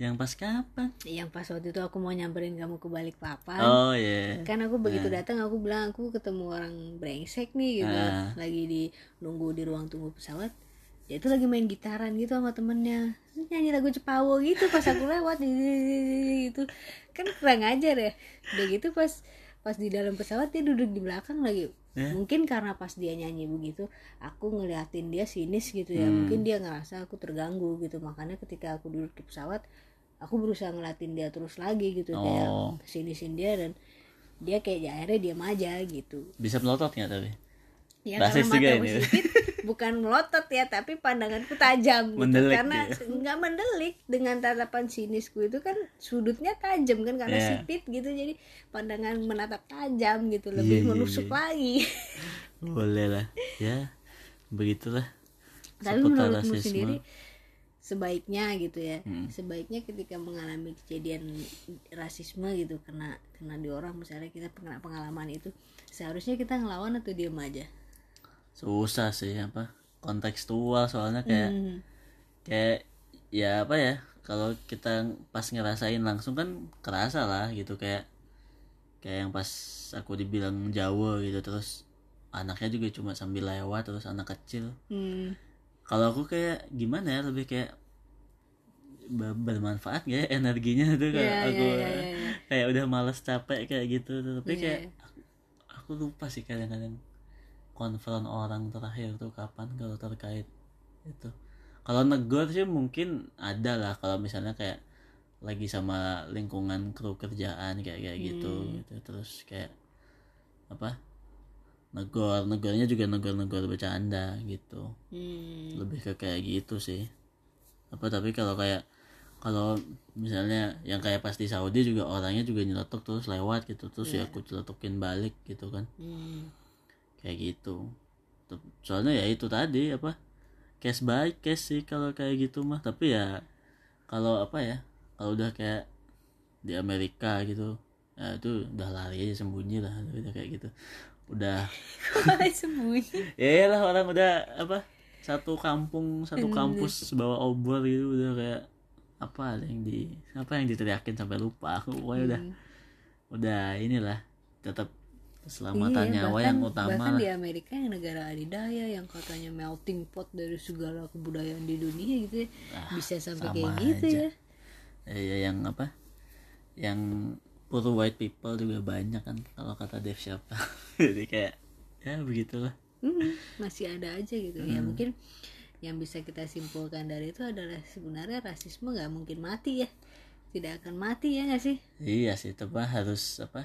Yang pas kapan? Yang pas waktu itu aku mau nyamperin kamu ke Balikpapan. Oh iya. Yeah. Kan aku begitu Nah. datang aku bilang aku ketemu orang brengsek nih gitu. Nah. Lagi di nunggu di ruang tunggu pesawat. Dia itu lagi main gitaran gitu sama temennya. Nyanyi lagu Cepawo gitu pas aku lewat gitu. Kan kurang ajar ya. Udah gitu pas pas di dalam pesawat dia duduk di belakang lagi. Yeah. Mungkin karena pas dia nyanyi begitu aku ngeliatin dia sinis gitu ya. Hmm. Mungkin dia ngerasa aku terganggu gitu. Makanya ketika aku duduk di pesawat aku berusaha ngeliatin dia terus lagi gitu. Oh. Kayak sinisin dia dan dia kayak ya, akhirnya diam aja gitu. Bisa melotot nggak tapi? Ya rasis karena mata sipit bukan melotot ya, tapi pandanganku tajam gitu. Mendelik karena ya. Nggak mendelik, dengan tatapan sinisku itu kan sudutnya tajam kan karena yeah. sipit gitu, jadi pandangan menatap tajam gitu, lebih yeah, menusuk yeah, yeah. lagi. Boleh lah ya, begitulah. Tapi menurutmu sendiri sebaiknya gitu ya, hmm. sebaiknya ketika mengalami kejadian rasisme gitu, kena kena di orang, misalnya kita pernah pengalaman itu, seharusnya kita ngelawan atau diem aja? Susah sih, apa kontekstual soalnya kayak hmm. kayak ya apa ya, kalau kita pas ngerasain langsung kan kerasa lah gitu, kayak kayak yang pas aku dibilang Jawa gitu, terus anaknya juga cuma sambil lewat, terus anak kecil. hmm. Kalau aku kayak gimana ya, lebih kayak bermanfaat gak ya energinya tuh, kalau yeah, aku yeah, yeah, yeah. kayak udah males capek kayak gitu, tapi yeah. kayak aku, aku lupa sih kadang-kadang konfront orang terakhir tuh kapan kalau terkait itu. Kalau negor sih mungkin ada lah, kalau misalnya kayak lagi sama lingkungan kru kerjaan kayak kayak hmm. gitu gitu, terus kayak apa, negor negornya juga negor-negor bercanda gitu. hmm. Lebih ke kayak gitu sih apa. Tapi kalau kayak kalau misalnya yang kayak pas di Saudi juga orangnya juga nyeletuk terus lewat gitu, terus yeah. ya aku celetukin balik gitu kan. hmm. Kayak gitu. Soalnya ya itu tadi apa, case by case sih kalau kayak gitu mah. Tapi ya kalau apa ya, kalau udah kayak di Amerika gitu ya itu udah lari aja, sembunyi lah udah kayak gitu, udah sembunyi ya lah, orang udah apa, satu kampung satu kampus bawa obor gitu, udah kayak apa yang di apa yang diteriakin sampai lupa aku pokoknya. hmm. udah udah inilah, tetap keselamatan iya, nyawa bahkan, yang utama bahkan lah. Di Amerika yang negara adidaya yang katanya melting pot dari segala kebudayaan di dunia gitu ya, ah, bisa sampai kayak aja. Gitu ya. Iya, yang apa, yang poor white people juga banyak kan kalau kata Dave Chappelle. Jadi kayak ya begitulah. hmm, masih ada aja gitu. hmm. Ya mungkin yang bisa kita simpulkan dari itu adalah sebenarnya rasisme nggak mungkin mati ya, tidak akan mati ya nggak sih? Iya sih, tapi harus apa,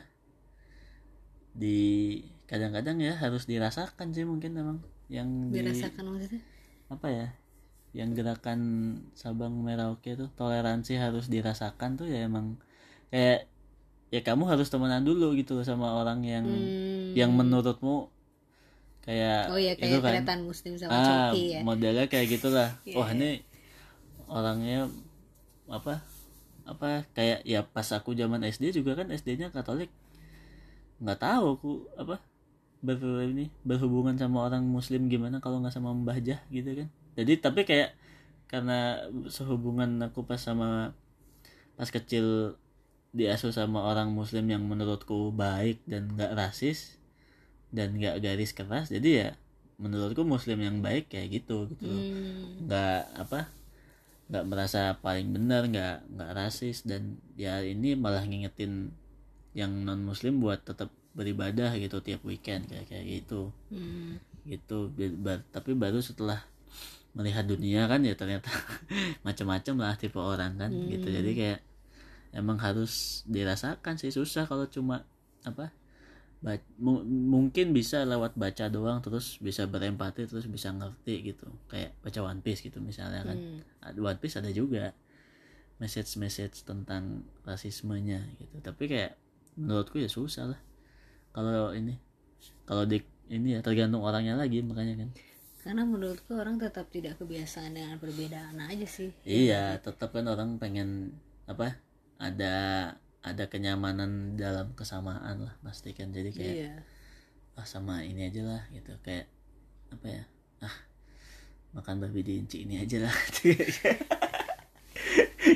di kadang-kadang ya harus dirasakan sih mungkin memang yang dirasakan di, maksudnya apa ya, yang gerakan Sabang Merauke itu toleransi harus dirasakan tuh ya, emang kayak ya kamu harus temenan dulu gitu sama orang yang hmm. yang menurutmu kayak oh ya kayak kan, Keretan Muslim sama ah, Coki ya, modelnya kayak gitulah. yeah. Wah ini orangnya apa apa kayak ya pas aku zaman S D juga kan, S D-nya Katolik, nggak tahu aku apa ber ini berhubungan sama orang Muslim gimana kalau nggak sama Mbah Jah gitu kan. Jadi tapi kayak karena sehubungan aku pas sama pas kecil diasuh sama orang Muslim yang menurutku baik dan nggak rasis dan nggak garis keras, jadi ya menurutku Muslim yang baik kayak gitu gitu loh. hmm. Nggak apa nggak merasa paling benar, nggak nggak rasis, dan ya ini malah ngingetin yang non Muslim buat tetap beribadah gitu tiap weekend kayak kayak gitu. hmm. Gitu bar, tapi baru setelah melihat dunia kan ya ternyata macam-macam lah tipe orang kan. hmm. Gitu, jadi kayak emang harus dirasakan sih. Susah kalau cuma apa baca, m- mungkin bisa lewat baca doang terus bisa berempati terus bisa ngerti gitu, kayak baca One Piece gitu misalnya kan. hmm. One Piece ada juga message-message tentang rasismenya gitu, tapi kayak menurutku ya susah lah kalau ini, kalau di ini ya tergantung orangnya lagi makanya kan. Karena menurutku orang tetap tidak kebiasaan dengan perbedaan aja sih. Iya, tetap kan orang pengen apa, ada ada kenyamanan dalam kesamaan lah pasti kan. Jadi kayak iya. ah sama ini aja lah gitu, kayak apa ya, ah makan babi di inci ini aja lah.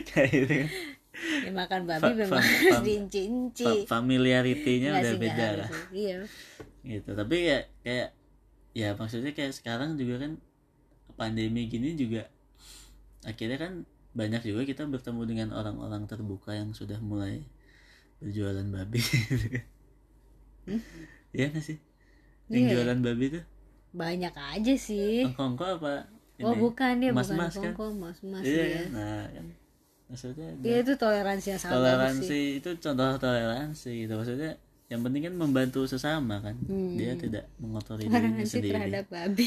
kayak gitu kan. Ya makan babi Fa- memang fa- harus fam- diinci-inci. fa- familiarity-nya Nggak udah sih, nggak beda harus lah sih. Iya. gitu. Tapi ya kayak ya maksudnya kayak sekarang juga kan pandemi gini juga akhirnya kan banyak juga kita bertemu dengan orang-orang terbuka yang sudah mulai berjualan babi. hmm? Ya nggak sih yang Iya. jualan babi tuh Banyak aja sih. kongko apa Oh ini? bukan, dia bukan Mas-mas kan? kongko, mas-mas Iya ya. kan? Nah kan maksudnya Iya itu toleransi yang sangat bagus toleransi sih. itu contoh toleransi gitu maksudnya. Yang penting kan membantu sesama kan. Hmm. Dia tidak mengotori dirinya Toleransi sendiri. terhadap babi.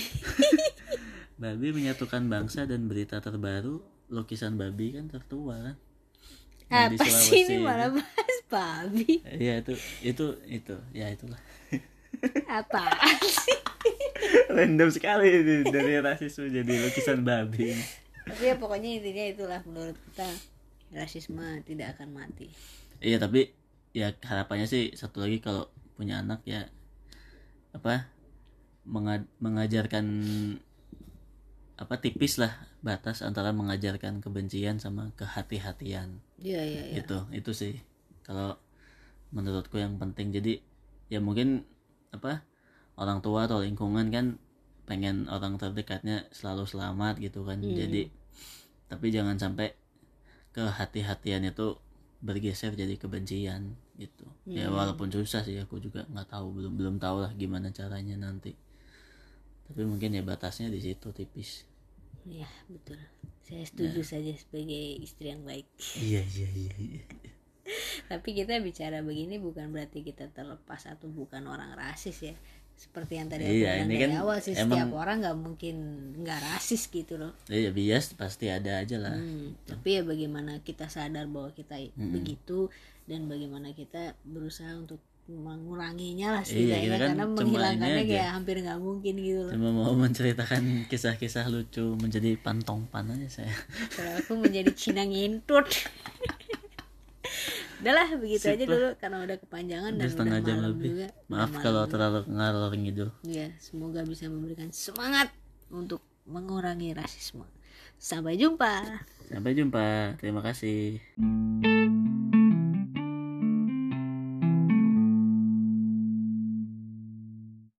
Babi menyatukan bangsa dan berita terbaru lukisan babi kan tertua kan. Yang di Apa Sulawesi sih ini itu. malah bahas babi? Iya itu itu itu ya itulah. Apa sih? Random sekali ini, dari rasisme jadi lukisan babi. Tapi ya pokoknya intinya itulah, menurut kita rasisme tidak akan mati. Iya tapi ya harapannya sih satu lagi kalau punya anak ya apa menga- mengajarkan apa tipis lah batas antara mengajarkan kebencian sama kehati-hatian. Iya iya iya. Itu itu sih kalau menurutku yang penting. Jadi ya mungkin apa orang tua atau lingkungan kan pengen orang terdekatnya selalu selamat gitu kan. Hmm. Jadi tapi jangan sampai kehati-hatian itu bergeser jadi kebencian gitu. Hmm. Ya walaupun susah sih, aku juga nggak tahu, belum belum tahu lah gimana caranya nanti. Tapi mungkin ya batasnya di situ tipis. Iya betul. Saya setuju nah. saja sebagai istri yang baik. Iya iya iya. iya. Tapi kita bicara begini bukan berarti kita terlepas atau bukan orang rasis ya. Seperti yang tadi iya, aku bilang dari kan awal sih, emang, setiap orang nggak mungkin nggak rasis gitu loh. Iya bias pasti ada aja lah. Hmm, tapi ya bagaimana kita sadar bahwa kita hmm. begitu dan bagaimana kita berusaha untuk menguranginya lah setidaknya, iya, kan karena menghilangkannya kayak hampir nggak mungkin gitu loh. Cuma mau menceritakan kisah-kisah lucu menjadi pantong-pan aja saya. Kalau aku menjadi Cina ngintut. Udahlah begitu Sip aja dulu karena udah kepanjangan udah dan udah malam lebih. juga. Maaf kalau terlalu ngalor ngidul. Ya, semoga bisa memberikan semangat untuk mengurangi rasisme. Sampai jumpa. Sampai jumpa. Terima kasih.